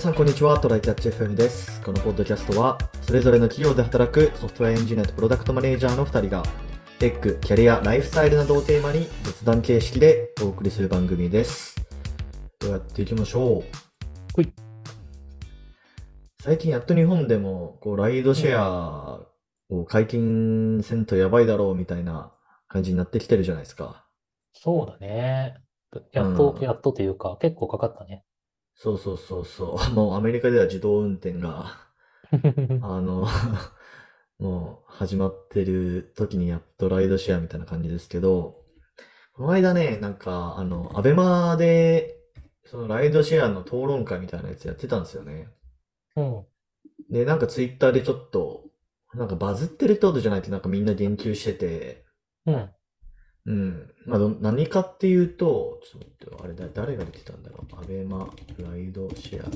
さん、こんにちは。トライキャッチ FM です。このポッドキャストは、それぞれの企業で働くソフトウェアエンジニアとプロダクトマネージャーの2人が、テック、キャリア、ライフスタイルなどをテーマに、雑談形式でお送りする番組です。ではやっていきましょう。 ほい。 最近やっと日本でも、ライドシェアを解禁せんとやばいだろうみたいな感じになってきてるじゃないですか。 そうだね。 うん。 やっとというか、結構かかったね。 そうそうそうそう。もうアメリカでは自動運転が、あの、もう始まってる時にやっとライドシェアみたいな感じですけど、この間ね、アベマで、そのライドシェアの討論会みたいなやつやってたんですよね。 うん。 で、ツイッターでちょっと、バズってるってことじゃないってみんな言及してて、 うん。 うん。何かっていうと、ちょっと待ってよ、あれ誰が出てたんだろう。アベマ、ライドシェア。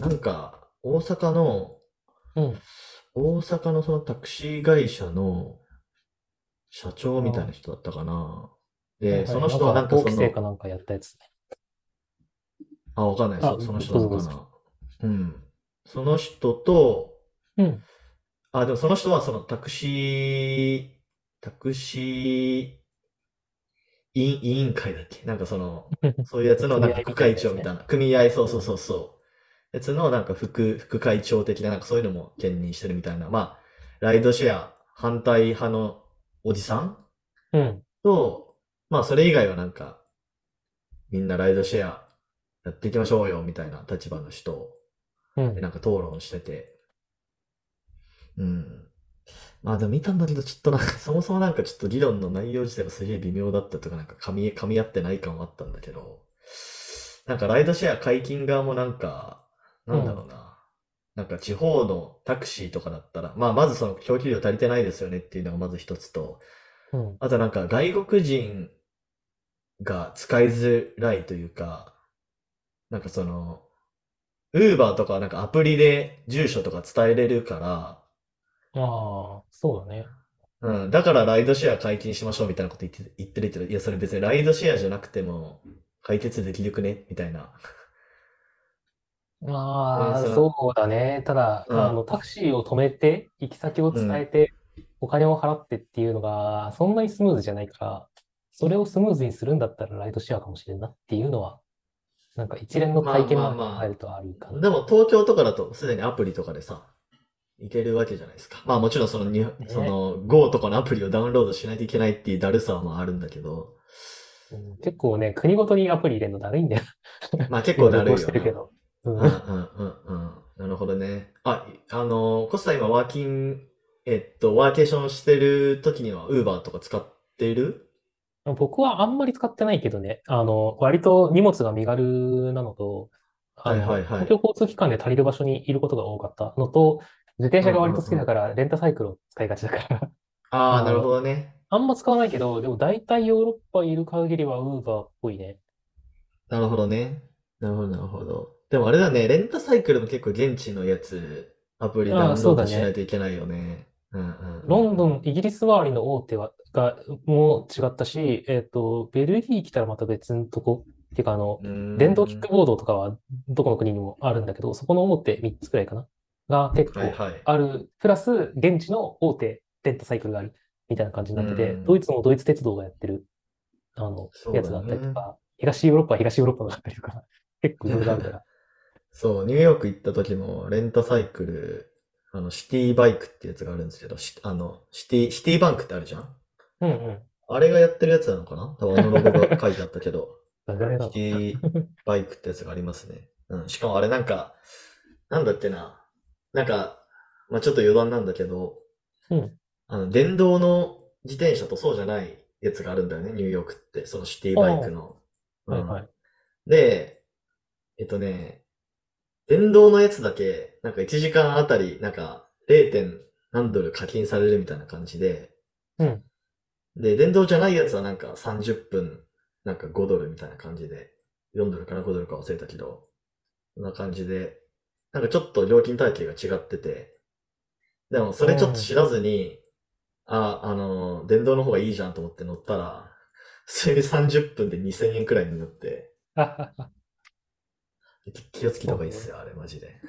うん。 大阪のそのタクシー会社の社長みたいなあ、 人だったかな。で、そはいはい。 の人は法規制かなんかやったやつね。 わかんない。 あ、 その人どうぞどうぞ。 なのかな。うん。その人と、 うん。 でもその人はそのタクシー委員会だっけそういうやつの副組合みたいなやつね。 会長みたいな、組合、そうそうそうん。 うそう。やつの副会長的なそういうのも兼任してるみたいな。ライドシェア反対派のおじさんうん。 と、それ以外はみんなライドシェアやっていきましょうよ、みたいな立場の人でうん。 討論してて。うん。でも見たんだけど、ちょっとそもそもちょっと議論の内容自体がすげえ微妙だったとか、噛み合ってない感はあったんだけど、ライドシェア解禁側もなんだろうん。 うな。地方のタクシーとかだったら、まずその供給量足りてないですよねっていうのがまず一つと、 うん。 あと外国人が使いづらいというか、その、ウーバーとかはアプリで住所とか伝えれるから、 ああ、そうだね。 うん、だからライドシェア解禁しましょうみたいなこと言ってるけど、いや、それ別にライドシェアじゃなくても解決できるくねみたいな。で、 まあ、そうだね。ただ、 うん、 タクシーを止めて、行き先をうん。 伝えて、お金を払ってっていうのが、そんなにスムーズじゃないから、それをスムーズにするんだったらライドシェアかもしれんなっていうのは、なんか一連のまあ体験まで考えまあまるとあるかあ。 な。 でも東京とかだとすでにアプリとかでさ、いけるわけじゃないですか。もちろんそね。 の Go とかのアプリをダウンロードしないといけないっていうだるさもあるんだけど、 うん、結構ね、国ごとにアプリ入れるのだるいんだよ。 結構だ今旅行るいよな。 してるけど。うん。 うんうんうんうん。なるほどね。コスタ今ワーケーションしてる時には Uber とか使っている？ 僕はあんまり使ってないけどね、割と荷物が身軽なのと、 はいはいはい。 公共交通機関で足りる場所にいることが多かったのと、自転うん車が割と好うんうん。 きだから、レンタサイクルを使いがちだから、 ああ、なるほあの、 どね。 あんま使わないけど、でも大体ヨーロッパいる限りはウーバーっぽいね。 なるほどね。なるほどなるほど。でもあれだね、レンタサイクルも結構現地のやつ、アプリダああ、 ウンロードしないそうだね。 といけないよね。うんうんうんうん。 ロンドン、イギリス周りの大手も違ったし、ベルギー来たらまた別のとこ、っていうかうー電動キックん。 ボードとかはどこの国にもあるんだけど、そこの大手3つくらいかなが結構はいはい。 ある。プラス、現地の大手レンタサイクルがある。みたいな感じにうーなってて、ドイん。 ツもドイツ鉄道がやってる、 そうだやつがあったりとね。 か、東ヨーロッパは東ヨーロッパがあったりとか、結構いろいろあるから。 そう、ニューヨーク行った時も、レンタサイクル、シティバイクってやつがあるんですけど、シティバンクってあるじゃん。 うんうん。 あれがやってるやつなのかな多分あのロゴが書いてあったけど、シテ誰だろィバイクってやつがありますね。うん。しかもあれなんだっけな。ちょっと余談なんだけど、 う。うん。 電動の自転車とそうじゃないやつがあるんだよね、ニューヨークって。そのシティああ、 バイクの。うん。 はいはい。 で、えっとね、電動のやつだけ、1時間あたり、0. 点何ドル課金されるみたいな感じで、 うん。 で、電動じゃないやつは30分、5ドルみたいな感じで、4ドルから5ドルか忘れたけど、そんな感じで、ちょっと料金体系が違ってて、でもそうれちょっと知ん。 らずに、電動の方がいいじゃんと思って乗ったら、普通に30分で2000円くらいになって、気をつけた方がいいっそうね。 すよ、あれマジで。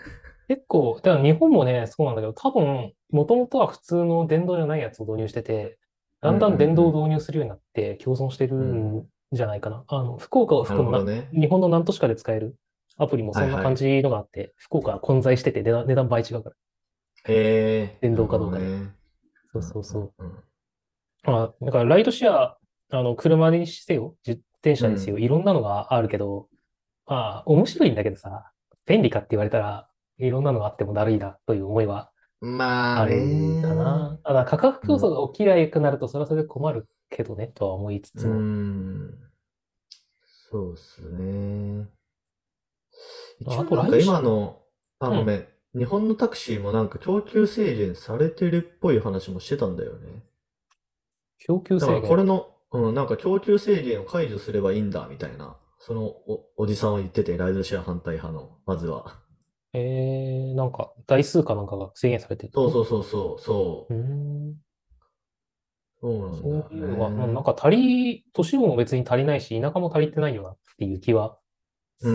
結構、だから日本もね、そうなんだけど、多分、もともとは普通の電動じゃないやつを導入してて、だうんうんだん電動をん導入するようになって共存してるうん。うん。 んじゃないかな。福岡をなる含むほどね。 日本の何都市かで使えるアプリもそんな感はいはい。 じのがあって、福岡は混在してて値段倍違うから。 へえ、 電なるほ動かどうかで。 どね。 そううんうそうそう。 んうん。 だからライドシェア、車にせよ、自転車にせよ、 うん。 いろんなのがあるけど、面白いんだけどさ、便利かって言われたら、いろんなのがあってもだるいなという思いはまああるかね。 な。ただ価格競争うん。 が起きなくなると、それはそれで困るけどね、とは思いつうつも。 ん。そうっすね。一あと、 応なんかライドシェ今の、あ、 ア、うん、 ごめん。日本のタクシーもなんか供給制限されてるっぽい話もしてたんだよね。 供給だから制限。 これの、なんか供給制限を解除すればいいんだ、みたいな。そのおじさんは言ってて、ライドシェア反対派の、まずは。 なんか、台数かなんかが制限されてるってこと？ そうそうそうそう、そうーん、 う。そうなんだそうよいうのが、なんね。 か都市部も別に足りないし、田舎も足りてないよなっていう気はうん。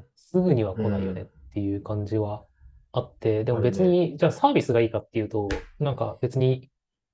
するよね。すぐには来ないよねっうん。 ていう感じはあって、でもあるね。 別に、じゃあサービスがいいかっていうと、なんか別に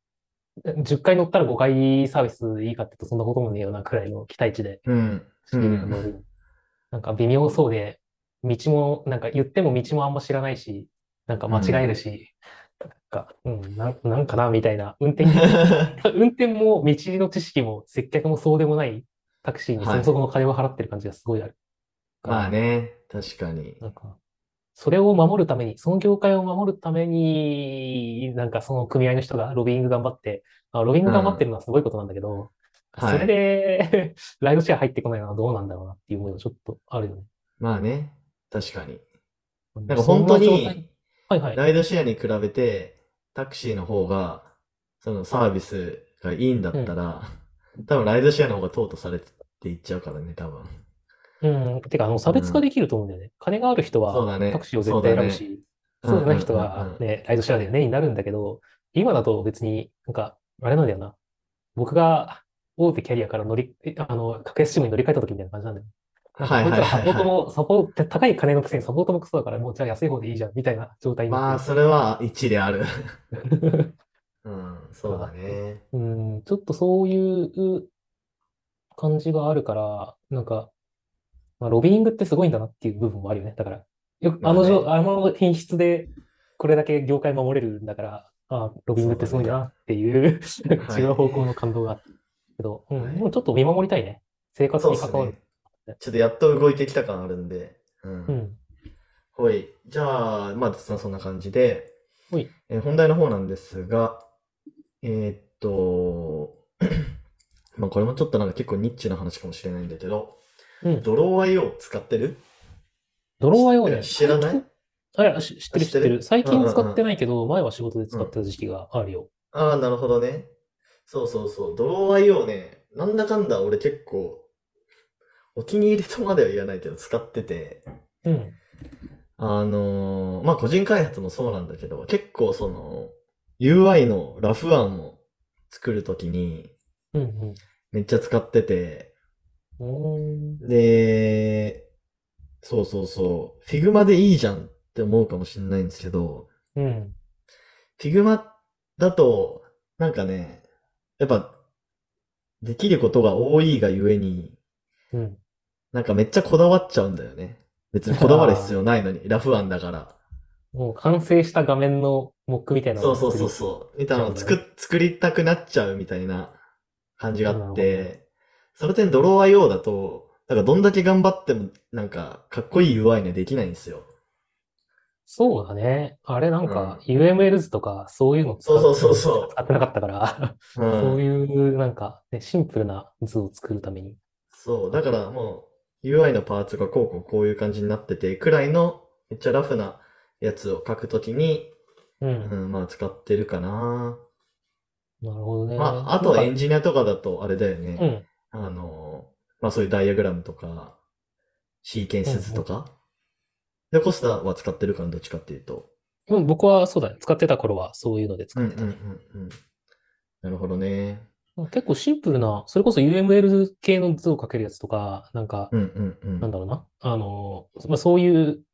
10回乗ったら5回サービスいいかって言うとそんなこともねえよなくらいの期待値でうん。う走るん。 のに、なんか微妙そうで、道も、なんか言っても道もあんま知らないし、なんか間違えうん。 るし、なんか、なんかな、みたいな、運転も道の知識も接客もそうでもないタクシーにそはい。 こそこの金を払ってる感じがすごいあるかまあら、 ね。確かに。 なんか、それを守るために、その業界を守るために、なんかその組合の人がロビーイング頑張って、ロビーイング頑張ってうん。 るのはすごいことなんだけど、それはい。 でライドシェア入ってこないのはどうなんだろうなっていう思いがちょっとあるよね。 まあね。確かに。なんかそん本当な状態。 に、 はいはい。 ライドシェアに比べて、タクシーの方が、そのサービスがいいんだうん。 ったら、多分ライドシェアの方が淘汰されていっちゃうからね、多分。 うん。てか、差うん。 別化できると思うんだよね。金がある人はタクそうだね。そうシーを絶対だね。 選ぶし、 うんうんそうじゃない人うんうん。 はね、ライドシェアだよね、になるんだけど、今だと別になんか、あれなんだよな。僕が大手キャリアから格安シムに乗り換えた時みたいな感じなんだよ。なんか、 はいはいこいつらはいはい。 サポート、高い金のくせにサポートもクソだから、もうじゃあ安い方でいいじゃん、みたいな状態になってまあ、 る。 それは一理ある。うん、そうだがあって。 ね。 ちょっとそういう感じがあるから、なんか、ロビーイングってすごいんだなっていう部分もあるよね。だから、よくまあね。 あの品質でこれだけ業界守れるんだから、ロビーイングってそうだね。 すごいんだなっていう違はい。 う方向の感動があったけど、ではい。 もちょっと見守りたいね。生活そうっに関わる。 すね。ちょっとやっと動いてきた感あるんで。うん。 うん。 ほい。じゃあ、まあ、そんな感じで、 ほい。 本題の方なんですが、えまあこれもちょっとなんか結構ニッチな話かもしれないんだけど、 うん。 ドローアイオー使ってる？ ドロワイをね、 知らない？ 知ってあ、 る知ってる。 知ってる？ 最うん近使ってうんないけど、前は仕事でうん。うん。 使ってた時期があるよ。 ああ、なるほどね。そうそうそう。ドローアイオーね、なんだかんだ俺結構、お気に入りとまでは言わないけど使ってて、 うん。 まあ個人開発もそうなんだけど、結構その、UI のラフ案を作るときにうん。 めっちゃ使ってて、 うん。うーん。 で、そうそうそう、Figma でいいじゃんって思うかもしれないんですけど、 うん。 Figma だと、なんかね、やっぱできることが多いがゆえに、 うん。 なんかめっちゃこだわっちゃうんだよね。別にこだわる必ああ、 要ないのに、ラフ案だから。 もう完成した画面のモックみたいなのそうそうそうを作りそう。みたいなのをちゃうんだね。 作りたくなっちゃうみたいな感じがあっなるほど。 て、その点ドロー IO だと、なんかどんだけ頑張っても、なんかかっこいい UI にはできないんですよ。 そうだね。あれなんかうん。 UML 図とかそういうのそうそうそうしかそ使ってなかったからう。うそうん。 いうなんか、ね、シンプルな図を作るためにそう。 使っだからもう UI のパーツがこういう感じになってて、くらいのめっちゃラフなやつを書くときに、 うん。 まあ使ってるかな。 なるほどまね。 あ、あとはエンなんか、 ジニアとかだとあれだよね。 うん。 まあそういうダイアグラムとか、シーケンうん。 ス図とか。で、コスタは使ってるかな、どっちかっていうと。 うん。僕はそうだね。使ってた頃はそういうので使うんうんうんってたね。 うん。なるほどね。 結構シンプルな、それこそ UML 系の図を書けるやつとか、なんか、 うんうんうん。 なんだろうな。そういう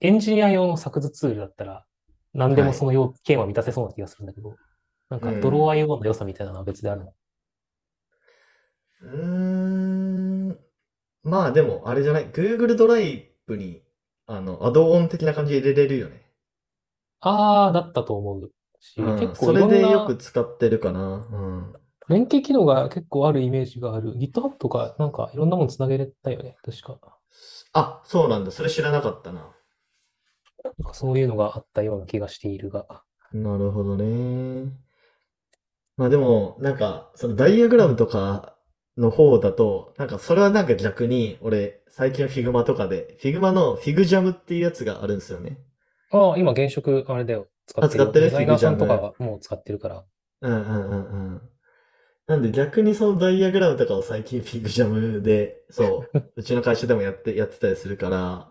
エンジニア用の作図ツールだったら、何ではい。 もその要件は満たせそうな気がするんだけど、なんかドローうん。 IO の良さみたいなのは別であるの？ うーん。まあでも、あれじゃない？ Google ドライブに、アドオン的な感じで入れれるよね。 ああ、だったと思うし、 うん。 結構いろそれでよくんな使ってるかな。うん。 連携機能が結構あるイメージがある。GitHub とかなんかいろんなものつなげれたよね。確か。 あ、そうなんだ。それ知らなかったな。 なんかそういうのがあったような気がしているが。 なるほどね。まあでも、なんか、そのダイアグラムうん。 とかの方だと、なんかそれはなんか逆に、俺、最近 Figma とかで、Figma の FigJam っていうやつがあるんですよね。 ああ、今現職あれだよ。使あ、 ってるよ。 使ってるデザイナーさんとか FigJam。 はもう使ってるから。 うんうんうんうん。なんで逆にそのダイアグラムとかを最近 FigJam で、そう、うちの会社でもやってたりするから、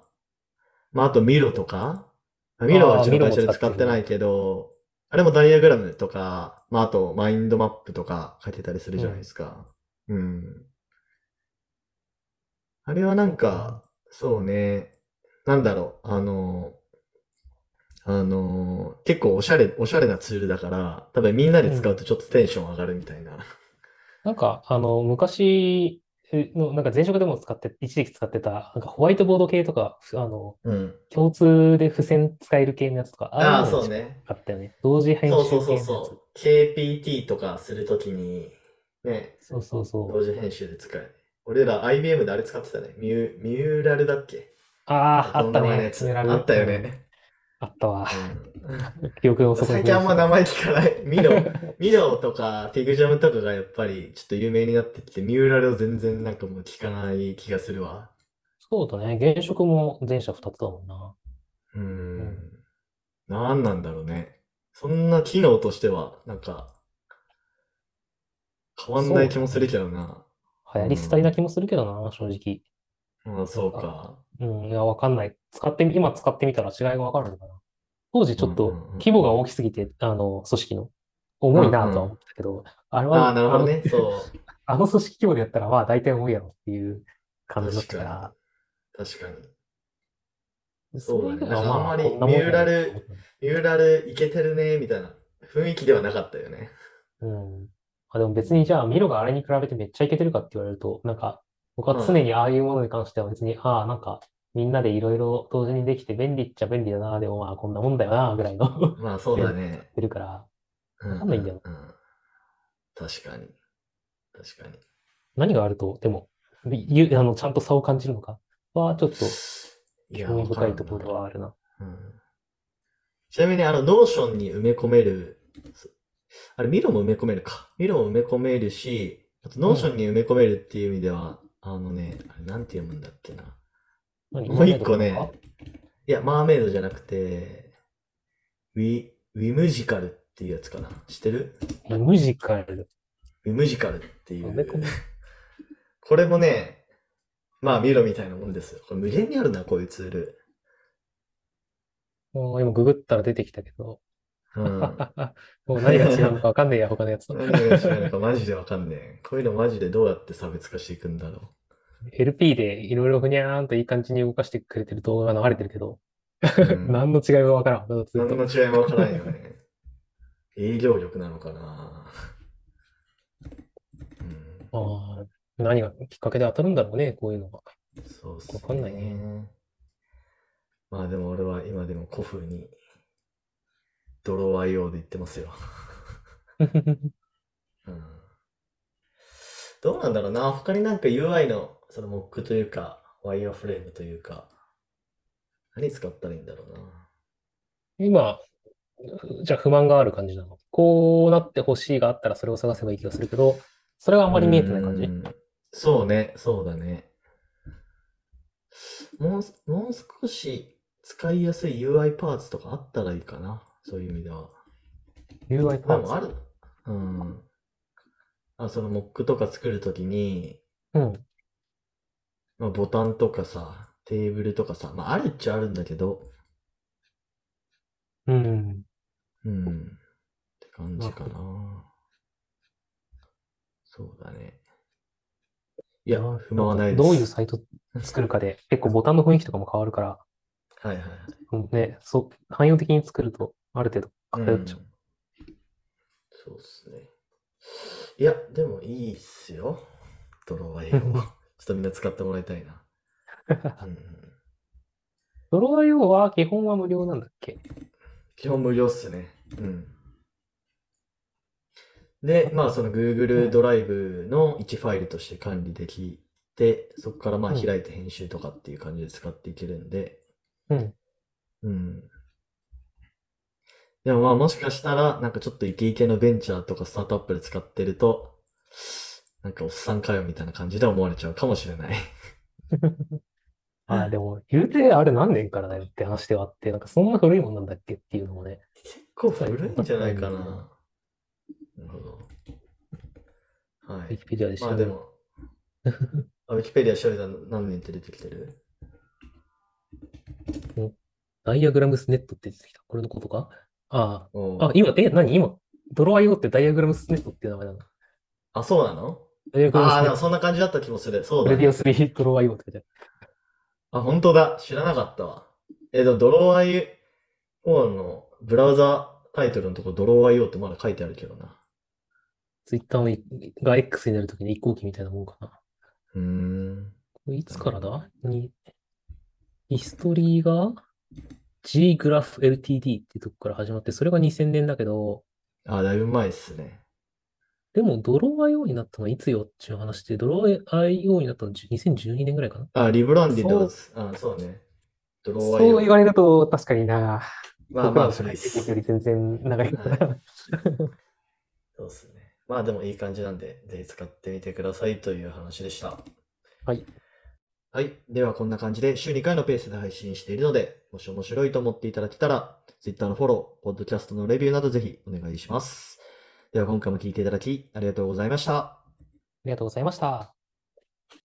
まああとミロとか、ミロはうああ、 ちのミロも会社で使使ってる。 ってないけど、あれもダイアグラムとか、まああとマインドマップとか書いてたりするじゃないでうん。 すか。うん。あれはなんそうね。 か、そうね、なんだろう、結構おしゃれなツールだから、多分みんなで使ううん。 とちょっとテンション上がるみたいな。 なんか、昔の、なんか前職でも一時期使ってた、なんかホワイトボード系とか、 うん。 共通で付箋使える系のやつとか、ああいうああ、 のも近そうね。 かったよね。同時編集そうそうそう系のやつ。 そう。KPT とかするときに、ね、 そうそうそ同時編集で使える。俺ら IBM であれ使ってたね。ミューラルだっけ？ う。ああ、あなんかこのったね。ミュ名前のやつ。 ラル。 あったうん。 よね。 あったわ。 うん。 記憶の底に最封印してたわ。 近あんま名前聞かない。ミロとか、ピグジャムとかがやっぱりちょっと有名になってきて、ミューラルを全然なんかもう聞かない気がするわ。 そうだね。現職も前者二つだもんな。 うーうん。 ん。なんなんだろうね。そんな機能としては、なんか、変わんない気もするそうだね。 けどな。 流う行り廃りなん。 気もするけどな、正直。 まあ、そうなんか、 か。 うん、いや、わかんない。今使ってみたら違いがわかるのかな。当時ちうんうんょっとうん規模がうん。 大きすぎて、組織の、 う重いなとは思っんうん。 てたけど、あれああ、 は、 なるほどね。そあの組織規模でやったら、まあ大体重いやろっていうう。 感じだっ確かに。 たから、 確かに。 そそうだね。 れ以外はまなんかあんまあこんなもんりやろって思った。 ミューラルいけてるね、みたいな雰囲気ではなかったよね。 うん。あ、でも別にじゃあミロがあれに比べてめっちゃいけてるかって言われると、なんか、僕は常まにああいうものに関しては別に、ああ、なんか、みんなでいろいろ同時にできて便利っちゃ便利だな、でもまあこんなもんだよな、ぐらいのあ、まあそうレベルで使っだね。 てるから、 うんうわかんないんだよ。 んうん。確かに。確かに。 何があると、でも、ちゃんと差を感じるのかは、ちょっといや、 興味わからんな。 深いところではあるな。 うん。ちなみにノーションに埋め込める、あれ、ミロも埋め込めるか。ミロも埋め込めるし、あと、ノーションうん。 に埋め込めるっていう意味では、あれ、なんて読むんだっけな。もう一マーメイドかなんか？ 個ね、いや、マーメイドじゃなくて、ウィムジカルっていうやつかな。知ってる？ ムジカル。 ウィムジカルっていう、 埋め込む。 これもね、まあ、ミロみたいなもんですよ。これ無限にあるな、こういうツール。 もう今ググったら出てきたけど、 うん。 もう何が違うのかわかんねえや、他のやつと。 何が違うのかマジでわかんねえ。こういうのマジでどうやって差別化していくんだろ LP でいろいろふにゃーんといい感じに動かしてくれてる動画が流れてるけど、 う。うん。 何の違いもわからん。だとすると。 何の違いもわからんよね。営業力なのかな。うん。 ああ、何がきっかけで当たるんだろうね、こういうのが。わそうっすかんないね。 ね。まあでも俺は今でも古風にドロー IO で言ってますよ。うん。どうなんだろうな。他になんか UI のそのモックというか、ワイヤーフレームというか、何使ったらいいんだろうな。 今、じゃあ不満がある感じなの？こうなってほしいがあったらそれを探せばいい気がするけど、それはあうまり見えてない感じ？ ーん。そうね、そうだね。もう少し使いやすい UI パーツとかあったらいいかな。そういう意味では。 UI パーツ。 でもある。うん。そのモックとか作るときに、 うん。 まあ、ボタンとかさ、テーブルとかさ、まああるっちゃあるんだけど、 うん。 うん。って感じかなるほど。 な。そうだね。いや、 な、 不満はなんか、 ないです。 どういうサイト作るかで、結構ボタンの雰囲気とかも変わるから、 はいはいはい。 ね、汎用的に作ると、ある程度う偏っちゃう。 ん。そうっすね。いや、でもいいっすよ。ドロワイを。ちょっとみんな使ってもらいたいな。うんうん。 ドロワイオは基本は無料なんだっけ？ 基本無料っすね。うん。で、まあそのう Google ん、 ドライブの1ファイルとして管理できて、そこからまあうん、 開いて編集とかっていう感じで使っていけるんで、 うん。 うん。でもまあもしかしたら、なんかちょっとイケイケのベンチャーとかスタートアップで使ってると、なんかおっさんかよみたいな感じで思われちゃうかもしれない。 あ、でも、言うてあれ何年からだよって話ではあって、なんかそんな古いもんなんだっけっていうのもね、 結構実はよく古分かってないいんじゃないんだよな。 かな。なるほど。はい。 ウィキペディアで調べよまあでも、ウィキペディア調べたら何年って出てきてる？ う。ダイアグラムスネットって出てきた。これのことか？ああ。あ、 おう。 何今、ドロワイオってダイアグラムスネットっていう名前なの？ あ、そうなの？ ダイアグラムああー、 スネット。 でもそんな感じだった気もする。そうプレビアだね。 スリードロワイオって書いてある。 あ、本当だ。知らなかったわ。でもドロー IO のブラウザタイトルのところドロー IO ってまだ書いてあるけどな。 ツイッターが X になるときに移行期みたいなもんかな。 うーん。 これいつからなるほど。 だヒストリーが Ggraph Ltd っていうとこから始まって、それが2000年だけど、 あ、だいぶ前っすね。 でも、ドロー IO になったのはいつよっていう話で、ドロー IO になったの2012年ぐらいかな。 あ、リブランディッドそう、 です。あ、そうね。ドローそう言わ IO。 れると確かにな、 まあまあ僕らの社会経験よ古いっす。 り全然長いかはい。 ら。 そうっすね。まあでもいい感じなんで、ぜひ使ってみてくださいという話でした。 はい。 はい。ではこんな感じで週2回のペースで配信しているので、もし面白いと思っていただけたら、Twitter のフォロー、ポッドキャストのレビューなどぜひお願いします。では今回も聞いていただきありがとうございました。 ありがとうございました。